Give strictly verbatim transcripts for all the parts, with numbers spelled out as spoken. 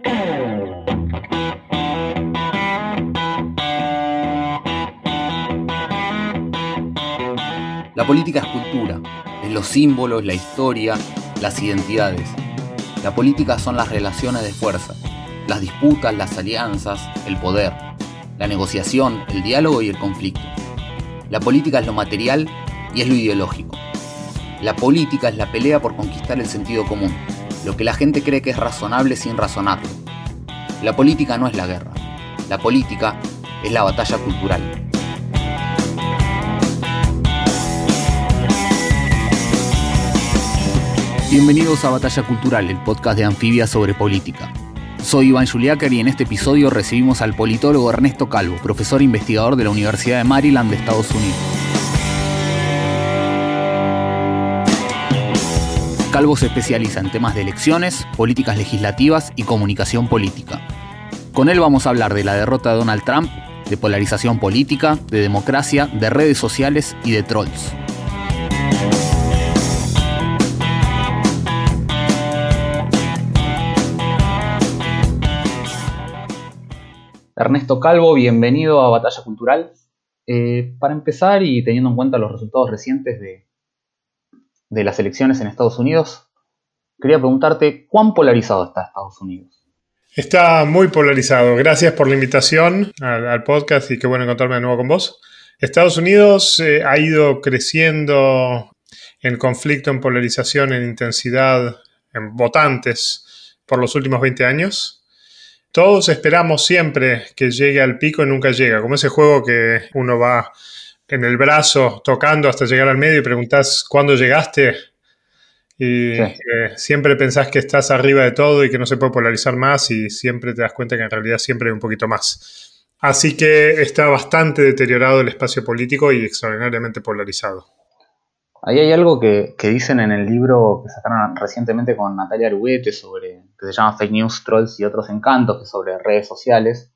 La política es cultura, es los símbolos, la historia, las identidades. La política son las relaciones de fuerza, las disputas, las alianzas, el poder, la negociación, el diálogo y el conflicto. La política es lo material y es lo ideológico. La política es la pelea por conquistar el sentido común, lo que la gente cree que es razonable sin razonarlo. La política no es la guerra, la política es la batalla cultural. Bienvenidos a Batalla Cultural, el podcast de Anfibia sobre política. Soy Iván Juliáquer y en este episodio recibimos al politólogo Ernesto Calvo, profesor e investigador de la Universidad de Maryland de Estados Unidos. Calvo se especializa en temas de elecciones, políticas legislativas y comunicación política. Con él vamos a hablar de la derrota de Donald Trump, de polarización política, de democracia, de redes sociales y de trolls. Ernesto Calvo, bienvenido a Batalla Cultural. Eh, para empezar y teniendo en cuenta los resultados recientes de, de las elecciones en Estados Unidos, quería preguntarte, ¿cuán polarizado está Estados Unidos? Está muy polarizado. Gracias por la invitación al, al podcast y qué bueno encontrarme de nuevo con vos. Estados Unidos eh, ha ido creciendo en conflicto, en polarización, en intensidad, en votantes por los últimos veinte años. Todos esperamos siempre que llegue al pico y nunca llega, como ese juego que uno va en el brazo tocando hasta llegar al medio y preguntás ¿cuándo llegaste? Y sí. eh, siempre pensás que estás arriba de todo y que no se puede polarizar más y siempre te das cuenta que en realidad siempre hay un poquito más. Así que está bastante deteriorado el espacio político y extraordinariamente polarizado. Ahí hay algo que, que dicen en el libro que sacaron recientemente con Natalia Aruete sobre, que se llama Fake News, Trolls y otros encantos, que es sobre redes sociales,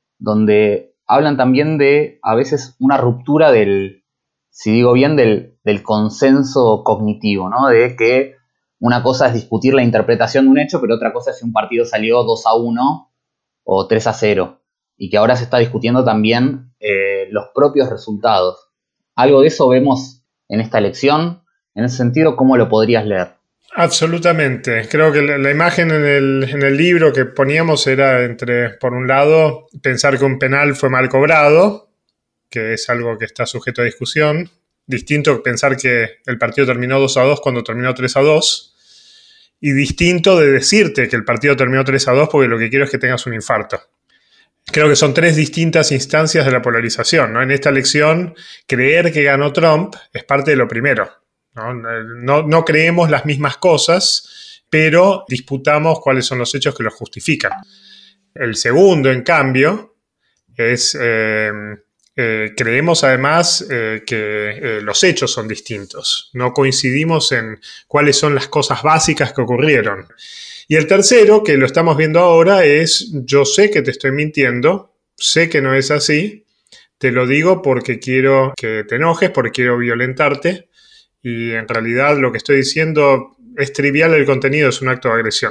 donde hablan también de, a veces, una ruptura del, si digo bien, del, del consenso cognitivo, ¿no? De que una cosa es discutir la interpretación de un hecho, pero otra cosa es si un partido salió dos a uno o tres a cero, y que ahora se está discutiendo también eh, los propios resultados. Algo de eso vemos en esta elección. En ese sentido, ¿cómo lo podrías leer? Absolutamente. Creo que la, la imagen en el, en el libro que poníamos era entre, por un lado, pensar que un penal fue mal cobrado, que es algo que está sujeto a discusión. Distinto pensar que el partido terminó dos a dos cuando terminó tres a dos. Y distinto de decirte que el partido terminó tres a dos porque lo que quiero es que tengas un infarto. Creo que son tres distintas instancias de la polarización, ¿no? En esta elección, creer que ganó Trump es parte de lo primero, ¿no? No, no creemos las mismas cosas, pero disputamos cuáles son los hechos que los justifican. El segundo, en cambio, es eh, eh, creemos además eh, que eh, los hechos son distintos. No coincidimos en cuáles son las cosas básicas que ocurrieron. Y el tercero, que lo estamos viendo ahora, es yo sé que te estoy mintiendo, sé que no es así, te lo digo porque quiero que te enojes, porque quiero violentarte y en realidad lo que estoy diciendo es trivial, el contenido es un acto de agresión.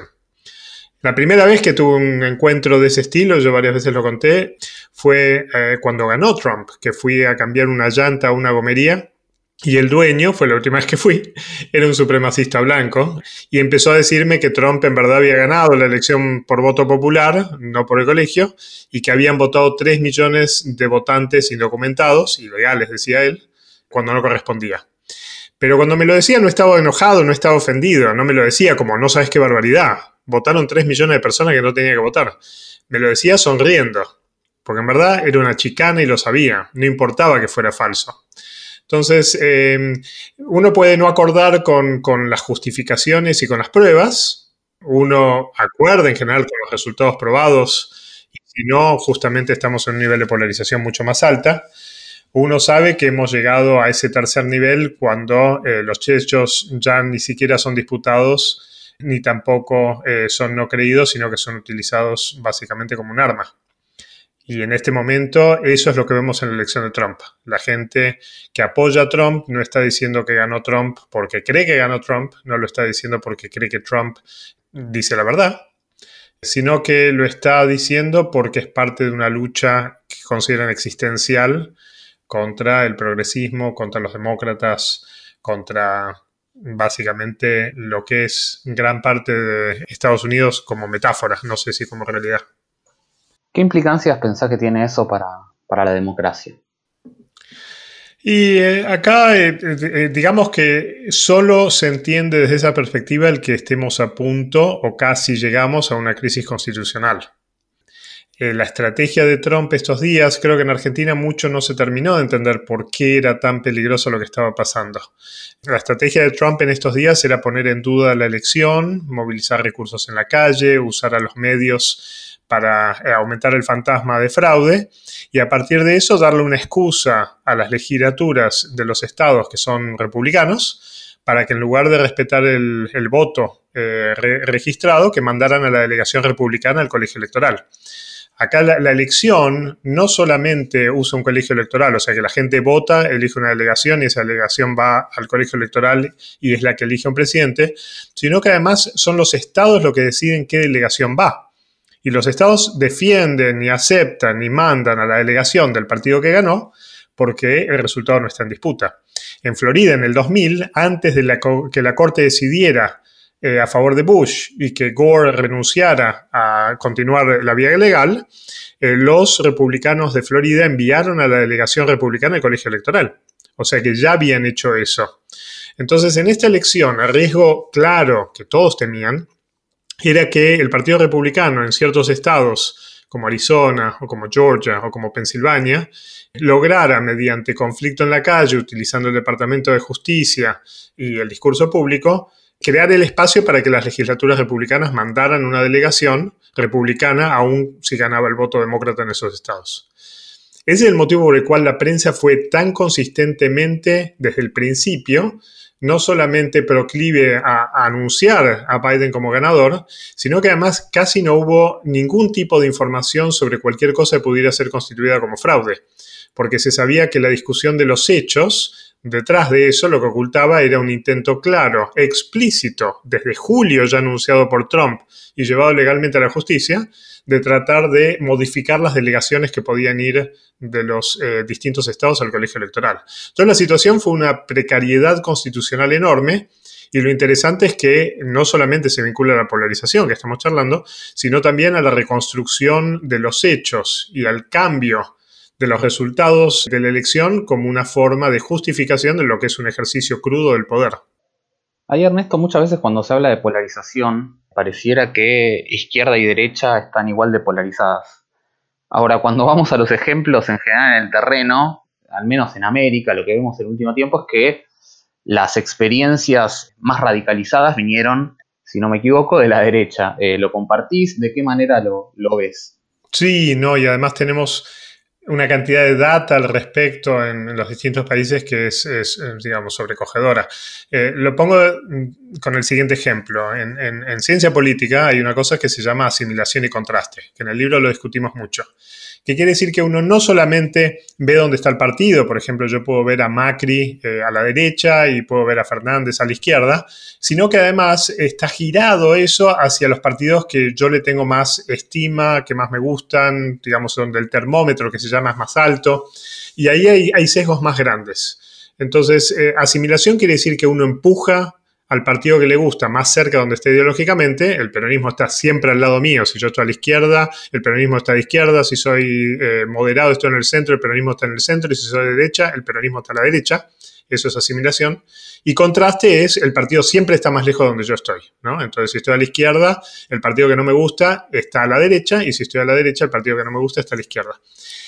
La primera vez que tuve un encuentro de ese estilo, yo varias veces lo conté, fue eh, cuando ganó Trump, que fui a cambiar una llanta a una gomería. Y el dueño, fue la última vez que fui, era un supremacista blanco y empezó a decirme que Trump en verdad había ganado la elección por voto popular, no por el colegio, y que habían votado tres millones de votantes indocumentados, ilegales, decía él, cuando no correspondía. Pero cuando me lo decía no estaba enojado, no estaba ofendido, no me lo decía como no sabes qué barbaridad, votaron tres millones de personas que no tenían que votar. Me lo decía sonriendo, porque en verdad era una chicana y lo sabía, no importaba que fuera falso. Entonces, eh, uno puede no acordar con, con las justificaciones y con las pruebas. Uno acuerda en general con los resultados probados y si no, justamente estamos en un nivel de polarización mucho más alta. Uno sabe que hemos llegado a ese tercer nivel cuando eh, los hechos ya ni siquiera son disputados ni tampoco eh, son no creídos, sino que son utilizados básicamente como un arma. Y en este momento eso es lo que vemos en la elección de Trump. La gente que apoya a Trump no está diciendo que ganó Trump porque cree que ganó Trump, no lo está diciendo porque cree que Trump dice la verdad. sino que lo está diciendo porque es parte de una lucha que consideran existencial contra el progresismo, contra los demócratas, contra básicamente lo que es gran parte de Estados Unidos como metáfora, no sé si como realidad. ¿Qué implicancias pensás que tiene eso para, para la democracia? Y eh, acá eh, eh, digamos que solo se entiende desde esa perspectiva el que estemos a punto o casi llegamos a una crisis constitucional. Eh, la estrategia de Trump estos días, creo que en Argentina mucho no se terminó de entender por qué era tan peligroso lo que estaba pasando. La estrategia de Trump en estos días era poner en duda la elección, movilizar recursos en la calle, usar a los medios para aumentar el fantasma de fraude y a partir de eso darle una excusa a las legislaturas de los estados que son republicanos para que en lugar de respetar el, el voto eh, re registrado, que mandaran a la delegación republicana al colegio electoral. Acá la, la elección no solamente usa un colegio electoral, o sea que la gente vota, elige una delegación y esa delegación va al colegio electoral y es la que elige un presidente, sino que además son los estados los que deciden qué delegación va. Y los estados defienden y aceptan y mandan a la delegación del partido que ganó porque el resultado no está en disputa. En Florida, en el dos mil, antes de la, que la Corte decidiera eh, a favor de Bush y que Gore renunciara a continuar la vía legal, eh, los republicanos de Florida enviaron a la delegación republicana al colegio electoral. O sea que ya habían hecho eso. Entonces, en esta elección, el riesgo claro que todos temían era que el Partido Republicano en ciertos estados como Arizona o como Georgia o como Pensilvania lograra mediante conflicto en la calle, utilizando el Departamento de Justicia y el discurso público, crear el espacio para que las legislaturas republicanas mandaran una delegación republicana aun si ganaba el voto demócrata en esos estados. Ese es el motivo por el cual la prensa fue tan consistentemente desde el principio no solamente proclive a, a anunciar a Biden como ganador, sino que además casi no hubo ningún tipo de información sobre cualquier cosa que pudiera ser constituida como fraude, porque se sabía que la discusión de los hechos, detrás de eso lo que ocultaba era un intento claro, explícito, desde julio ya anunciado por Trump y llevado legalmente a la justicia, de tratar de modificar las delegaciones que podían ir de los eh, distintos estados al colegio electoral. Entonces la situación fue una precariedad constitucional enorme y lo interesante es que no solamente se vincula a la polarización que estamos charlando, sino también a la reconstrucción de los hechos y al cambio de los resultados de la elección como una forma de justificación de lo que es un ejercicio crudo del poder. Ahí, Ernesto, muchas veces cuando se habla de polarización, pareciera que izquierda y derecha están igual de polarizadas. Ahora, cuando vamos a los ejemplos en general en el terreno, al menos en América, lo que vemos en el último tiempo es que las experiencias más radicalizadas vinieron, si no me equivoco, de la derecha. Eh, ¿Lo compartís? ¿De qué manera lo, lo ves? Sí, no, y además tenemos una cantidad de data al respecto en los distintos países que es, es digamos, sobrecogedora. Eh, lo pongo con el siguiente ejemplo. En, en, en ciencia política hay una cosa que se llama asimilación y contraste, que en el libro lo discutimos mucho. Que quiere decir que uno no solamente ve dónde está el partido, por ejemplo, yo puedo ver a Macri eh, a la derecha y puedo ver a Fernández a la izquierda, sino que además está girado eso hacia los partidos que yo le tengo más estima, que más me gustan, digamos, donde el termómetro que se llama es más alto, y ahí hay, hay sesgos más grandes. Entonces, eh, asimilación quiere decir que uno empuja al partido que le gusta más cerca donde esté ideológicamente. El peronismo está siempre al lado mío. Si yo estoy a la izquierda, el peronismo está a la izquierda. Si soy eh, moderado, estoy en el centro, el peronismo está en el centro. Y si soy de derecha, el peronismo está a la derecha. Eso es asimilación. Y contraste es, el partido siempre está más lejos de donde yo estoy, ¿no? Entonces, si estoy a la izquierda, el partido que no me gusta está a la derecha. Y si estoy a la derecha, el partido que no me gusta está a la izquierda.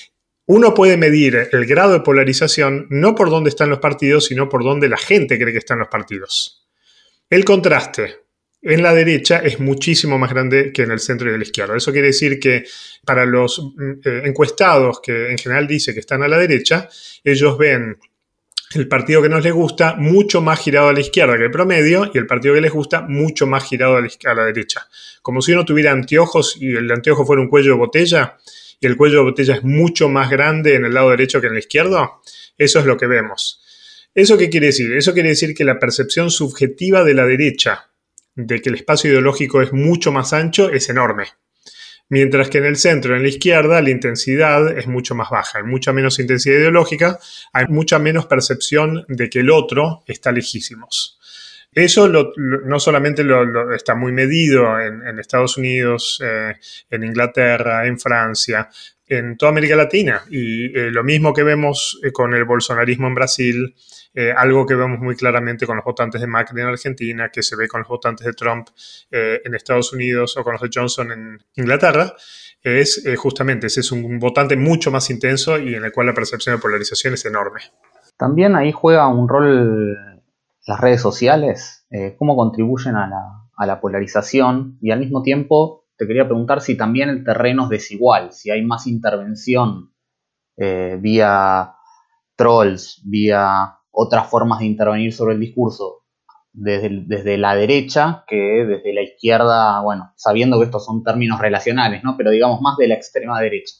Uno puede medir el grado de polarización no por dónde están los partidos, sino por dónde la gente cree que están los partidos. El contraste en la derecha es muchísimo más grande que en el centro y de la izquierda. Eso quiere decir que para los eh, encuestados que en general dice que están a la derecha, ellos ven el partido que no les gusta mucho más girado a la izquierda que el promedio y el partido que les gusta mucho más girado a la, a la derecha. Como si uno tuviera anteojos y el anteojo fuera un cuello de botella y el cuello de botella es mucho más grande en el lado derecho que en el izquierdo. Eso es lo que vemos. ¿Eso qué quiere decir? Eso quiere decir que la percepción subjetiva de la derecha de que el espacio ideológico es mucho más ancho es enorme. Mientras que en el centro, en la izquierda, la intensidad es mucho más baja, hay mucha menos intensidad ideológica, hay mucha menos percepción de que el otro está lejísimos. Eso lo, lo, no solamente lo, lo está muy medido en, en Estados Unidos, eh, en Inglaterra, en Francia, en toda América Latina. Y eh, lo mismo que vemos eh, con el bolsonarismo en Brasil, eh, algo que vemos muy claramente con los votantes de Macri en Argentina, que se ve con los votantes de Trump eh, en Estados Unidos o con los de Johnson en Inglaterra, es eh, justamente ese es un votante mucho más intenso y en el cual la percepción de polarización es enorme. También ahí juega un rol las redes sociales, eh, cómo contribuyen a la, a la polarización, y al mismo tiempo te quería preguntar si también el terreno es desigual, si hay más intervención eh, vía trolls, vía otras formas de intervenir sobre el discurso desde, desde la derecha que desde la izquierda, bueno, sabiendo que estos son términos relacionales, ¿no? Pero digamos más de la extrema derecha.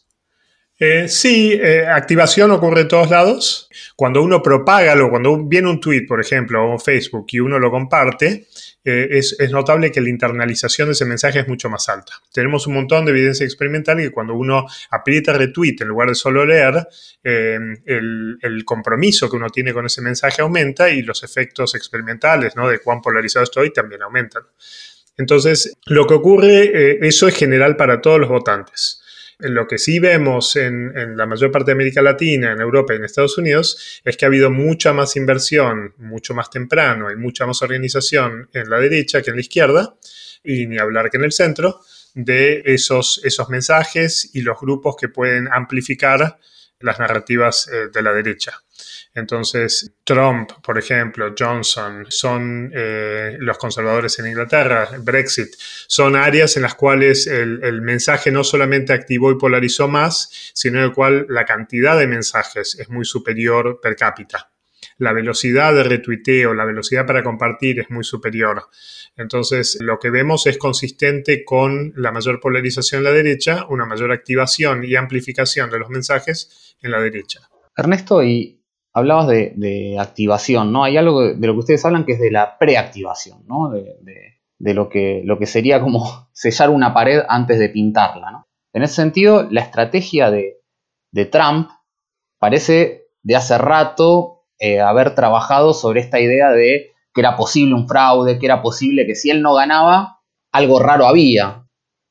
Eh, sí, eh, activación ocurre en todos lados. Cuando uno propaga algo, cuando viene un tweet, por ejemplo, o Facebook, y uno lo comparte, eh, es, es notable que la internalización de ese mensaje es mucho más alta. Tenemos un montón de evidencia experimental que cuando uno aprieta retweet en lugar de solo leer, eh, el, el compromiso que uno tiene con ese mensaje aumenta y los efectos experimentales, ¿no?, de cuán polarizado estoy también aumentan. Entonces, lo que ocurre, eh, eso es general para todos los votantes. Lo que sí vemos en, en la mayor parte de América Latina, en Europa y en Estados Unidos es que ha habido mucha más inversión, mucho más temprano y mucha más organización en la derecha que en la izquierda, y ni hablar que en el centro, de esos, esos mensajes y los grupos que pueden amplificar las narrativas eh, de la derecha. Entonces, Trump, por ejemplo, Johnson, son eh, los conservadores en Inglaterra, Brexit, son áreas en las cuales el, el mensaje no solamente activó y polarizó más, sino en el cual la cantidad de mensajes es muy superior per cápita. La velocidad de retuiteo, la velocidad para compartir es muy superior. Entonces, lo que vemos es consistente con la mayor polarización en la derecha, una mayor activación y amplificación de los mensajes en la derecha. Ernesto, y hablabas de, de activación, ¿no? Hay algo de lo que ustedes hablan que es de la preactivación, ¿no? De, de, de lo, que, lo que sería como sellar una pared antes de pintarla, ¿no? En ese sentido, la estrategia de, de Trump parece de hace rato eh, haber trabajado sobre esta idea de que era posible un fraude, que era posible que si él no ganaba, algo raro había.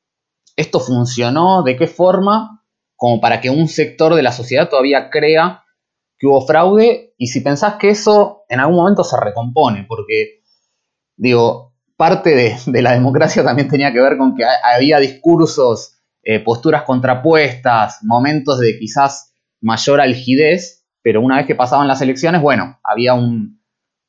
¿Esto funcionó? ¿De qué forma? Como para que un sector de la sociedad todavía crea que hubo fraude, y si pensás que eso en algún momento se recompone, porque, digo, parte de, de la democracia también tenía que ver con que había discursos, eh, posturas contrapuestas, momentos de quizás mayor algidez, pero una vez que pasaban las elecciones, bueno, había un,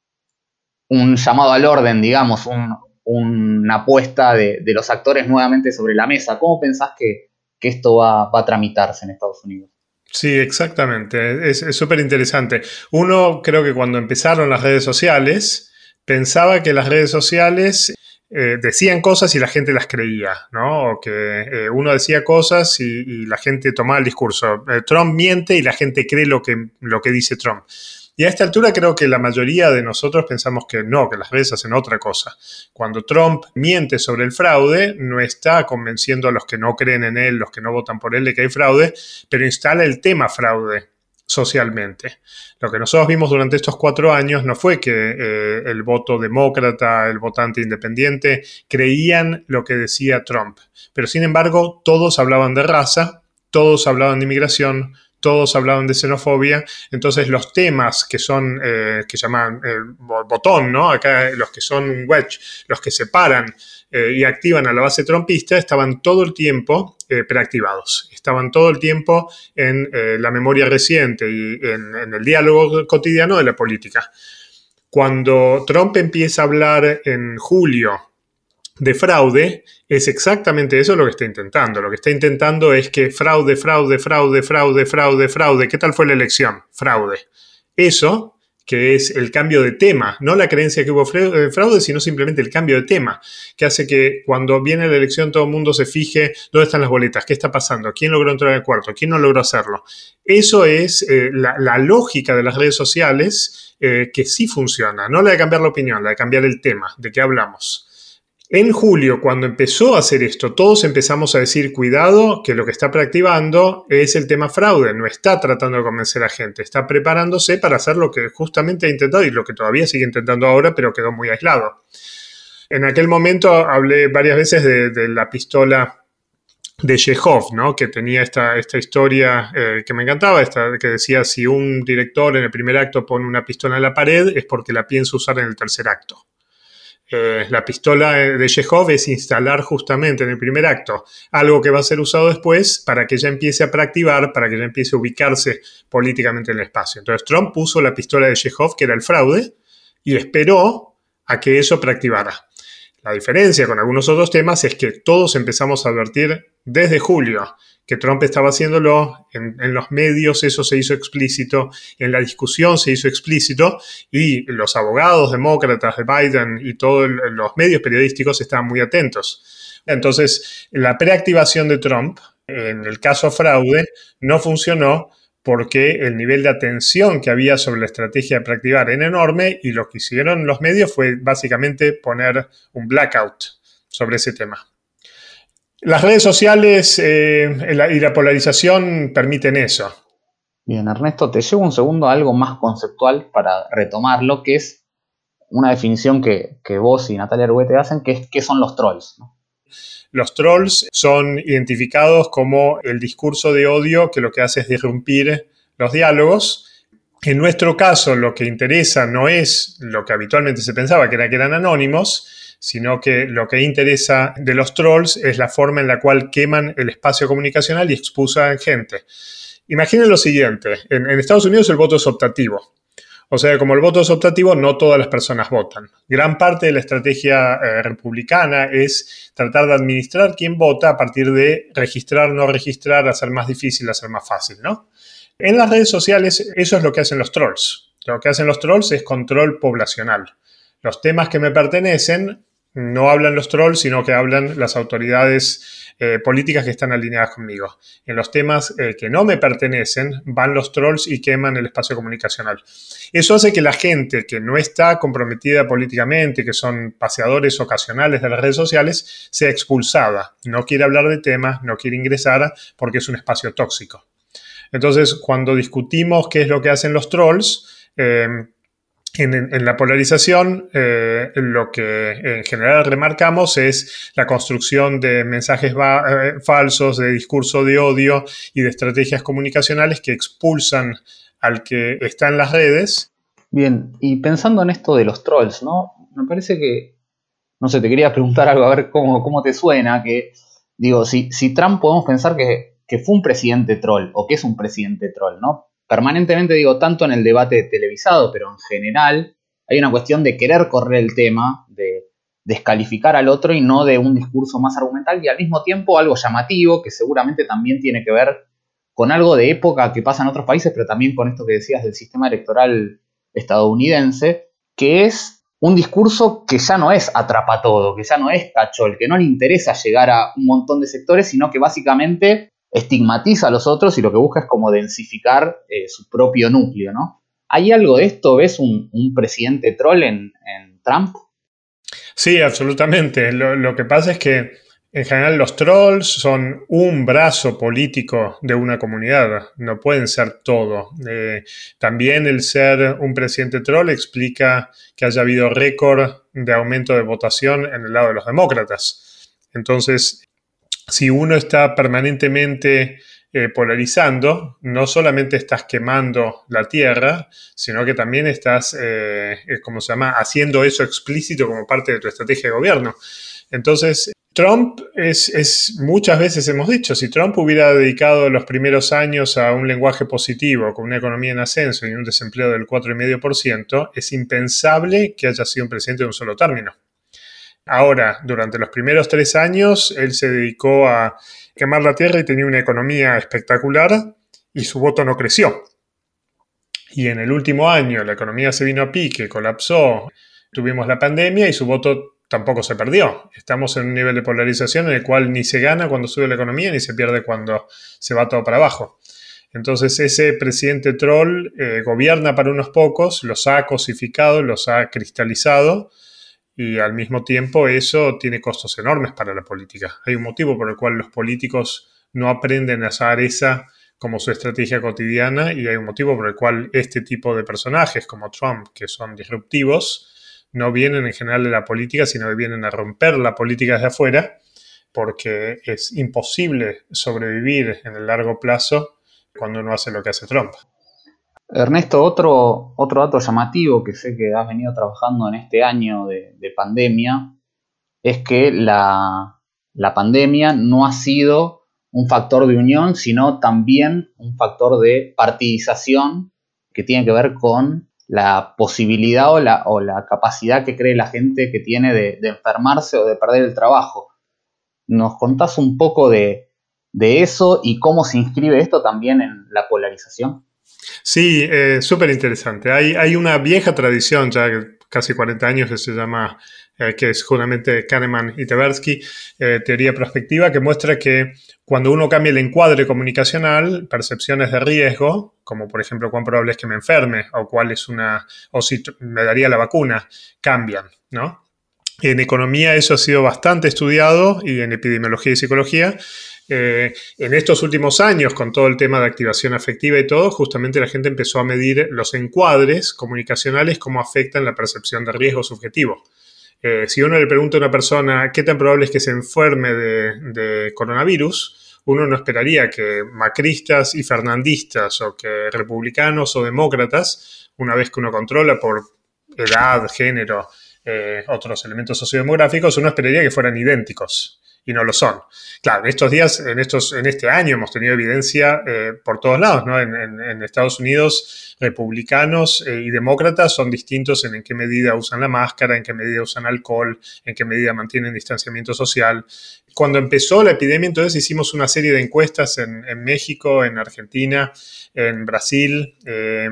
un llamado al orden, digamos, un, una apuesta de, de los actores nuevamente sobre la mesa. ¿Cómo pensás que, que esto va, va a tramitarse en Estados Unidos? Sí, exactamente. Es súper interesante. Uno, creo que cuando empezaron las redes sociales, pensaba que las redes sociales eh, decían cosas y la gente las creía, ¿no? O que eh, uno decía cosas y, y la gente tomaba el discurso. Eh, Trump miente y la gente cree lo que, lo que dice Trump. Y a esta altura creo que la mayoría de nosotros pensamos que no, que las redes hacen otra cosa. Cuando Trump miente sobre el fraude, no está convenciendo a los que no creen en él, los que no votan por él, de que hay fraude, pero instala el tema fraude socialmente. Lo que nosotros vimos durante estos cuatro años no fue que eh, el voto demócrata, el votante independiente, creían lo que decía Trump. Pero sin embargo, todos hablaban de raza, todos hablaban de inmigración, todos hablaban de xenofobia. Entonces los temas que son, eh, que llaman el botón, ¿no? Acá los que son un wedge, los que separan eh, y activan a la base trumpista, estaban todo el tiempo eh, preactivados. Estaban todo el tiempo en eh, la memoria reciente y en, en el diálogo cotidiano de la política. Cuando Trump empieza a hablar en julio de fraude, es exactamente eso lo que está intentando. Lo que está intentando es que fraude, fraude, fraude, fraude, fraude, fraude. ¿Qué tal fue la elección? Fraude. Eso, que es el cambio de tema, no la creencia que hubo fraude, sino simplemente el cambio de tema, que hace que cuando viene la elección todo el mundo se fije dónde están las boletas, qué está pasando, quién logró entrar al cuarto, quién no logró hacerlo. Eso es eh, la, la lógica de las redes sociales eh, que sí funciona, no la de cambiar la opinión, la de cambiar el tema, de qué hablamos. En julio, cuando empezó a hacer esto, todos empezamos a decir, cuidado, que lo que está preactivando es el tema fraude, no está tratando de convencer a gente, está preparándose para hacer lo que justamente ha intentado y lo que todavía sigue intentando ahora, pero quedó muy aislado. En aquel momento hablé varias veces de, de la pistola de Chekhov, ¿no? Que tenía esta, esta historia eh, que me encantaba, esta, que decía, si un director en el primer acto pone una pistola en la pared es porque la piensa usar en el tercer acto. Eh, la pistola de Chekhov es instalar justamente en el primer acto algo que va a ser usado después para que ya empiece a preactivar, para que ya empiece a ubicarse políticamente en el espacio. Entonces Trump puso la pistola de Chekhov, que era el fraude, y esperó a que eso preactivara. La diferencia con algunos otros temas es que todos empezamos a advertir desde julio que Trump estaba haciéndolo, en, en los medios eso se hizo explícito, en la discusión se hizo explícito y los abogados demócratas de Biden y todos los medios periodísticos estaban muy atentos. Entonces, la preactivación de Trump, en el caso fraude, no funcionó porque el nivel de atención que había sobre la estrategia de preactivar era enorme y lo que hicieron los medios fue básicamente poner un blackout sobre ese tema. Las redes sociales eh, y la polarización permiten eso. Bien, Ernesto, te llevo un segundo a algo más conceptual para retomarlo, que es una definición que, que vos y Natalia Argüete hacen, que es qué son los trolls, ¿no? Los trolls son identificados como el discurso de odio que lo que hace es disrumpir los diálogos. En nuestro caso, lo que interesa no es lo que habitualmente se pensaba, que era que eran anónimos, sino que lo que interesa de los trolls es la forma en la cual queman el espacio comunicacional y expulsan gente. Imaginen lo siguiente, en, en Estados Unidos el voto es optativo. O sea, como el voto es optativo, no todas las personas votan. Gran parte de la estrategia eh, republicana es tratar de administrar quién vota a partir de registrar, no registrar, hacer más difícil, hacer más fácil, ¿no? En las redes sociales eso es lo que hacen los trolls. Lo que hacen los trolls es control poblacional. Los temas que me pertenecen no hablan los trolls, sino que hablan las autoridades eh, políticas que están alineadas conmigo. En los temas eh, que no me pertenecen, van los trolls y queman el espacio comunicacional. Eso hace que la gente que no está comprometida políticamente, que son paseadores ocasionales de las redes sociales, sea expulsada. No quiere hablar de temas, no quiere ingresar porque es un espacio tóxico. Entonces, cuando discutimos qué es lo que hacen los trolls, eh, En, en la polarización, eh, lo que en general remarcamos es la construcción de mensajes va, eh, falsos, de discurso de odio y de estrategias comunicacionales que expulsan al que está en las redes. Bien, y pensando en esto de los trolls, ¿no? Me parece que, no sé, te quería preguntar algo, a ver cómo, cómo te suena, que, digo, si, si Trump podemos pensar que, que fue un presidente troll, o que es un presidente troll, ¿no? Permanentemente digo, tanto en el debate televisado, pero en general hay una cuestión de querer correr el tema, de descalificar al otro y no de un discurso más argumental y al mismo tiempo algo llamativo que seguramente también tiene que ver con algo de época que pasa en otros países, pero también con esto que decías del sistema electoral estadounidense, que es un discurso que ya no es atrapatodo, que ya no es cachol, que no le interesa llegar a un montón de sectores, sino que básicamente estigmatiza a los otros y lo que busca es como densificar eh, su propio núcleo, ¿no? ¿Hay algo de esto? ¿Ves un, un presidente troll en, en Trump? Sí, absolutamente. Lo, lo que pasa es que en general los trolls son un brazo político de una comunidad, no pueden ser todo. Eh, también el ser un presidente troll explica que haya habido récord de aumento de votación en el lado de los demócratas. Entonces, si uno está permanentemente eh, polarizando, no solamente estás quemando la tierra, sino que también estás, eh, ¿cómo se llama?, haciendo eso explícito como parte de tu estrategia de gobierno. Entonces, Trump es, es, muchas veces hemos dicho, si Trump hubiera dedicado los primeros años a un lenguaje positivo, con una economía en ascenso y un desempleo del cuatro coma cinco por ciento, es impensable que haya sido un presidente de un solo término. Ahora, durante los primeros tres años, él se dedicó a quemar la tierra y tenía una economía espectacular y su voto no creció. Y en el último año la economía se vino a pique, colapsó, tuvimos la pandemia y su voto tampoco se perdió. Estamos en un nivel de polarización en el cual ni se gana cuando sube la economía ni se pierde cuando se va todo para abajo. Entonces ese presidente troll eh, gobierna para unos pocos, los ha cosificado, los ha cristalizado y al mismo tiempo eso tiene costos enormes para la política. Hay un motivo por el cual los políticos no aprenden a usar esa como su estrategia cotidiana y hay un motivo por el cual este tipo de personajes como Trump, que son disruptivos, no vienen en general de la política, sino que vienen a romper la política desde afuera, porque es imposible sobrevivir en el largo plazo cuando uno hace lo que hace Trump. Ernesto, otro, otro dato llamativo que sé que has venido trabajando en este año de, de pandemia es que la, la pandemia no ha sido un factor de unión, sino también un factor de partidización que tiene que ver con la posibilidad o la, o la capacidad que cree la gente que tiene de, de enfermarse o de perder el trabajo. ¿Nos contás un poco de, de eso y cómo se inscribe esto también en la polarización? Sí, eh, súper interesante. Hay, hay una vieja tradición, ya casi cuarenta años, que se llama, eh, que es justamente Kahneman y Tversky, eh, teoría prospectiva, que muestra que cuando uno cambia el encuadre comunicacional, percepciones de riesgo, como por ejemplo cuán probable es que me enferme o cuál es una, o si me daría la vacuna, cambian, ¿no? En economía eso ha sido bastante estudiado y en epidemiología y psicología. Eh, en estos últimos años, con todo el tema de activación afectiva y todo, justamente la gente empezó a medir los encuadres comunicacionales, cómo afectan la percepción de riesgo subjetivo. Eh, si uno le pregunta a una persona qué tan probable es que se enferme de, de coronavirus, uno no esperaría que macristas y fernandistas o que republicanos o demócratas, una vez que uno controla por edad, género, eh, otros elementos sociodemográficos, uno esperaría que fueran idénticos. Y no lo son. Claro, en estos días, en, estos, en este año hemos tenido evidencia eh, por todos lados, ¿no? En, en, en Estados Unidos, republicanos eh, y demócratas son distintos en en qué medida usan la máscara, en qué medida usan alcohol, en qué medida mantienen distanciamiento social. Cuando empezó la epidemia, entonces hicimos una serie de encuestas en, en México, en Argentina, en Brasil, eh,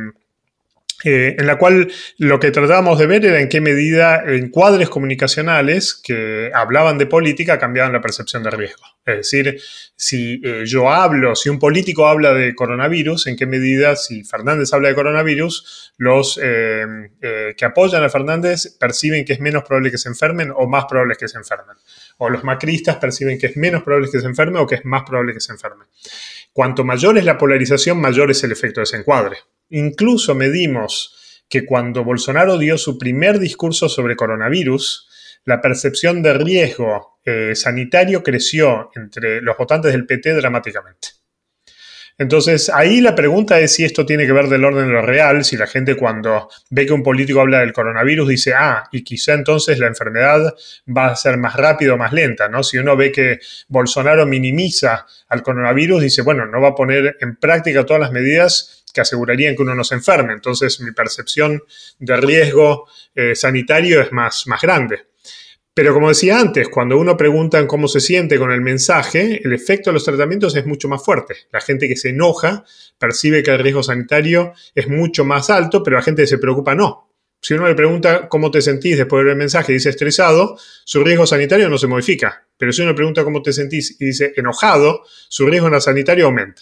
Eh, en la cual lo que tratábamos de ver era en qué medida encuadres comunicacionales que hablaban de política cambiaban la percepción de riesgo. Es decir, si eh, yo hablo, si un político habla de coronavirus, en qué medida, si Fernández habla de coronavirus, los eh, eh, que apoyan a Fernández perciben que es menos probable que se enfermen o más probable que se enfermen. O los macristas perciben que es menos probable que se enfermen o que es más probable que se enfermen. Cuanto mayor es la polarización, mayor es el efecto de ese encuadre. Incluso medimos que cuando Bolsonaro dio su primer discurso sobre coronavirus, la percepción de riesgo eh, sanitario creció entre los votantes del P T dramáticamente. Entonces, ahí la pregunta es si esto tiene que ver del orden de lo real, si la gente cuando ve que un político habla del coronavirus dice, ah, y quizá entonces la enfermedad va a ser más rápida o más lenta, ¿no? Si uno ve que Bolsonaro minimiza al coronavirus, dice, bueno, no va a poner en práctica todas las medidas que asegurarían que uno no se enferme. Entonces, mi percepción de riesgo eh, sanitario es más, más grande. Pero como decía antes, cuando uno pregunta cómo se siente con el mensaje, el efecto de los tratamientos es mucho más fuerte. La gente que se enoja percibe que el riesgo sanitario es mucho más alto, pero la gente que se preocupa no. Si uno le pregunta cómo te sentís después de ver el mensaje y dice estresado, su riesgo sanitario no se modifica. Pero si uno le pregunta cómo te sentís y dice enojado, su riesgo sanitario aumenta.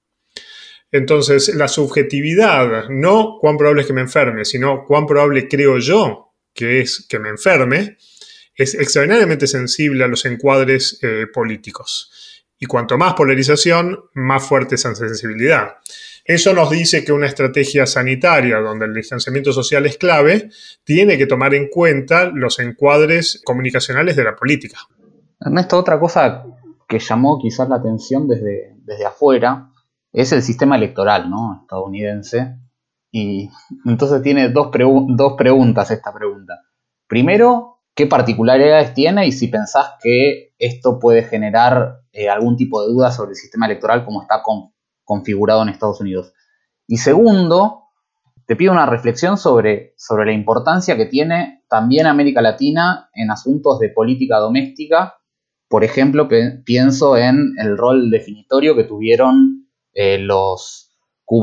Entonces, la subjetividad, no cuán probable es que me enferme, sino cuán probable creo yo que es que me enferme, es extraordinariamente sensible a los encuadres eh, políticos. Y cuanto más polarización, más fuerte esa sensibilidad. Eso nos dice que una estrategia sanitaria donde el distanciamiento social es clave, tiene que tomar en cuenta los encuadres comunicacionales de la política. Ernesto, otra cosa que llamó quizás la atención desde, desde afuera es el sistema electoral, ¿no? Estadounidense. Y entonces tiene dos, pregu- dos preguntas esta pregunta. Primero, ¿qué particularidades tiene? Y si pensás que esto puede generar eh, algún tipo de duda sobre el sistema electoral como está con, configurado en Estados Unidos. Y segundo, te pido una reflexión sobre, sobre la importancia que tiene también América Latina en asuntos de política doméstica. Por ejemplo, pe- pienso en el rol definitorio que tuvieron eh, los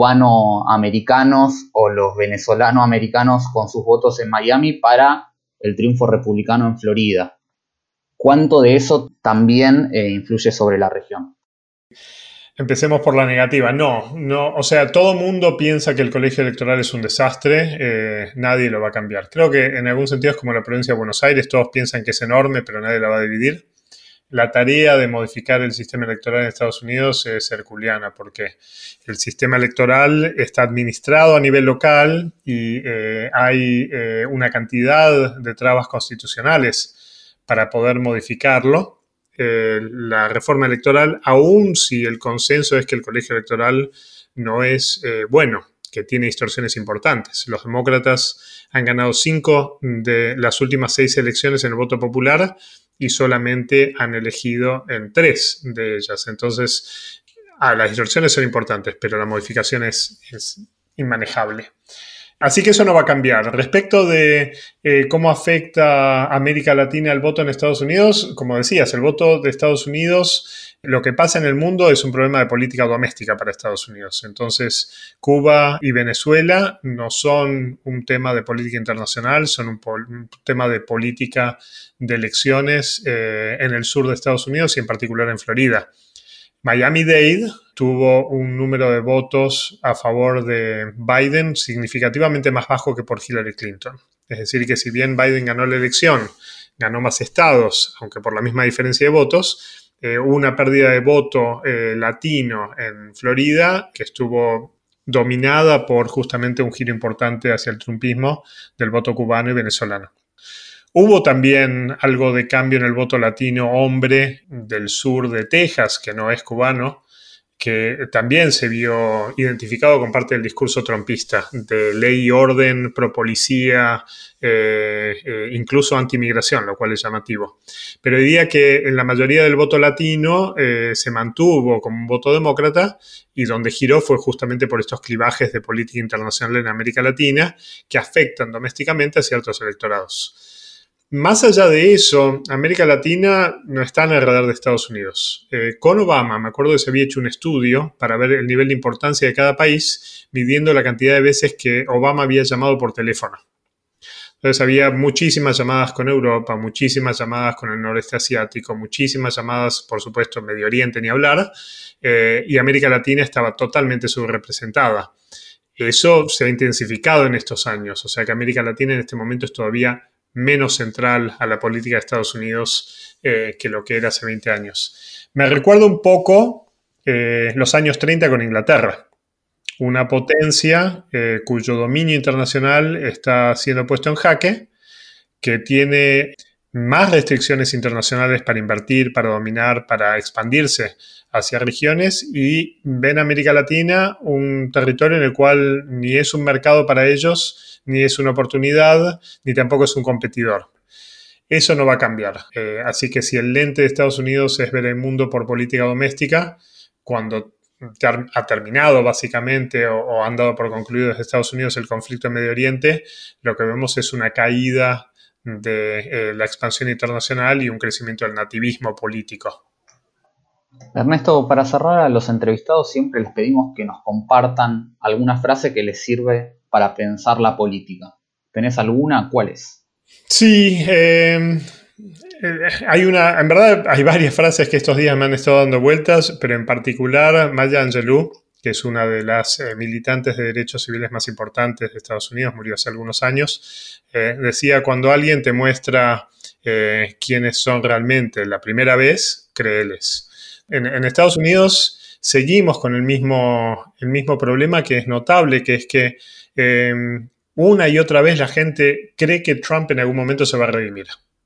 cubano-americanos o los venezolano-americanos con sus votos en Miami para el triunfo republicano en Florida. ¿Cuánto de eso también eh, influye sobre la región? Empecemos por la negativa. No, no, o sea, todo mundo piensa que el colegio electoral es un desastre, eh, nadie lo va a cambiar. Creo que en algún sentido es como la provincia de Buenos Aires, todos piensan que es enorme, pero nadie la va a dividir. La tarea de modificar el sistema electoral en Estados Unidos es herculeana, porque el sistema electoral está administrado a nivel local y eh, hay eh, una cantidad de trabas constitucionales para poder modificarlo. Eh, la reforma electoral, aun si el consenso es que el colegio electoral no es eh, bueno, que tiene distorsiones importantes. Los demócratas han ganado cinco de las últimas seis elecciones en el voto popular y solamente han elegido en tres de ellas. Entonces, ah, las distorsiones son importantes, pero la modificación es, es inmanejable. Así que eso no va a cambiar. Respecto de eh, cómo afecta a América Latina el voto en Estados Unidos, como decías, el voto de Estados Unidos, lo que pasa en el mundo es un problema de política doméstica para Estados Unidos. Entonces, Cuba y Venezuela no son un tema de política internacional, son un, un tema de política de elecciones eh, en el sur de Estados Unidos y en particular en Florida. Miami-Dade tuvo un número de votos a favor de Biden significativamente más bajo que por Hillary Clinton. Es decir, que si bien Biden ganó la elección, ganó más estados, aunque por la misma diferencia de votos, eh, hubo una pérdida de voto eh, latino en Florida que estuvo dominada por justamente un giro importante hacia el trumpismo del voto cubano y venezolano. Hubo también algo de cambio en el voto latino hombre del sur de Texas, que no es cubano, que también se vio identificado con parte del discurso trumpista de ley y orden, pro policía, eh, eh, incluso anti-inmigración, lo cual es llamativo. Pero diría que en la mayoría del voto latino eh, se mantuvo como un voto demócrata y donde giró fue justamente por estos clivajes de política internacional en América Latina que afectan domésticamente a ciertos electorados. Más allá de eso, América Latina no está en el radar de Estados Unidos. Eh, con Obama, me acuerdo que se había hecho un estudio para ver el nivel de importancia de cada país, midiendo la cantidad de veces que Obama había llamado por teléfono. Entonces había muchísimas llamadas con Europa, muchísimas llamadas con el noreste asiático, muchísimas llamadas, por supuesto, en Medio Oriente, ni hablar, eh, y América Latina estaba totalmente subrepresentada. Eso se ha intensificado en estos años, o sea que América Latina en este momento es todavía menos central a la política de Estados Unidos eh, que lo que era hace veinte años. Me recuerda un poco eh, los años treinta con Inglaterra, una potencia eh, cuyo dominio internacional está siendo puesto en jaque, que tiene más restricciones internacionales para invertir, para dominar, para expandirse hacia regiones y ven a América Latina un territorio en el cual ni es un mercado para ellos, ni es una oportunidad, ni tampoco es un competidor. Eso no va a cambiar. Eh, así que si el lente de Estados Unidos es ver el mundo por política doméstica, cuando ter- ha terminado básicamente o, o han dado por concluido desde Estados Unidos el conflicto en Medio Oriente, lo que vemos es una caída de eh, la expansión internacional y un crecimiento del nativismo político. Ernesto, para cerrar, a los entrevistados siempre les pedimos que nos compartan alguna frase que les sirve para pensar la política. ¿Tenés alguna? ¿Cuál es? Sí, eh, hay una, en verdad hay varias frases que estos días me han estado dando vueltas, pero en particular Maya Angelou, que es una de las eh, militantes de derechos civiles más importantes de Estados Unidos, murió hace algunos años, eh, decía, cuando alguien te muestra eh, quiénes son realmente la primera vez, créeles. En, en Estados Unidos seguimos con el mismo, el mismo problema que es notable, que es que eh, una y otra vez la gente cree que Trump en algún momento se va a redimir.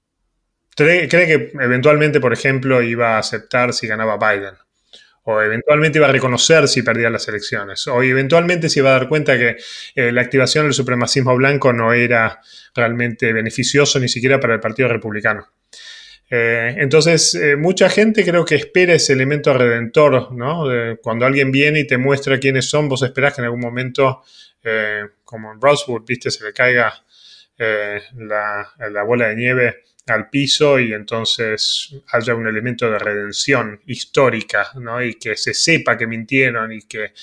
Cree, cree que eventualmente, por ejemplo, iba a aceptar si ganaba Biden. O eventualmente iba a reconocer si perdía las elecciones. O eventualmente se iba a dar cuenta que eh, la activación del supremacismo blanco no era realmente beneficioso ni siquiera para el Partido Republicano. Eh, entonces, eh, mucha gente creo que espera ese elemento redentor, ¿no? De cuando alguien viene y te muestra quiénes son, vos esperás que en algún momento, eh, como en Rosewood, ¿viste? Se le caiga eh, la, la bola de nieve al piso y entonces haya un elemento de redención histórica, ¿no? Y que se sepa que mintieron y que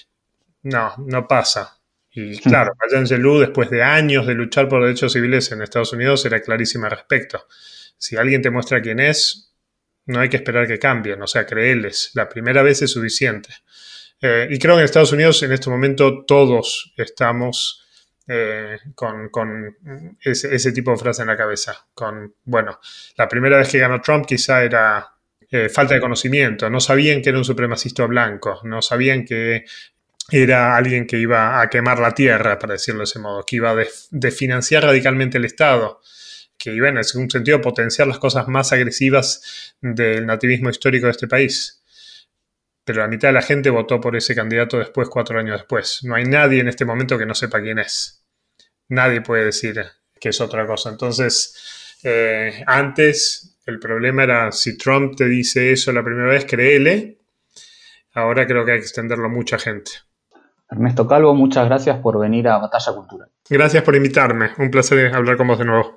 no, no pasa. Y claro, Maya Angelou, después de años de luchar por derechos civiles en Estados Unidos, era clarísima al respecto. Si alguien te muestra quién es, no hay que esperar que cambien, o sea, créeles, la primera vez es suficiente. Eh, y creo que en Estados Unidos en este momento todos estamos eh, con, con ese, ese tipo de frase en la cabeza. Con, bueno, la primera vez que ganó Trump quizá era eh, falta de conocimiento, no sabían que era un supremacista blanco, no sabían que era alguien que iba a quemar la tierra, para decirlo de ese modo, que iba a def- desfinanciar radicalmente el Estado, que iba en algún sentido a potenciar las cosas más agresivas del nativismo histórico de este país. Pero la mitad de la gente votó por ese candidato después, cuatro años después. No hay nadie en este momento que no sepa quién es. Nadie puede decir que es otra cosa. Entonces, eh, antes el problema era si Trump te dice eso la primera vez, créele. Ahora creo que hay que extenderlo a mucha gente. Ernesto Calvo, muchas gracias por venir a Batalla Cultural. Gracias por invitarme. Un placer hablar con vos de nuevo.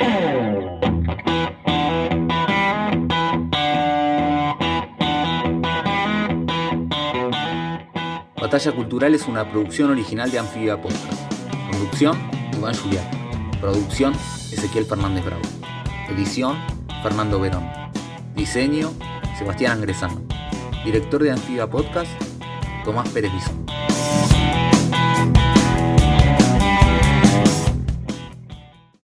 Batalla Cultural es una producción original de Anfibia Podcast. Conducción, Iván Julián. Producción, Ezequiel Fernández Bravo. Edición, Fernando Verón. Diseño, Sebastián Angresano. Director de Anfibia Podcast, Tomás Pérez Bisón.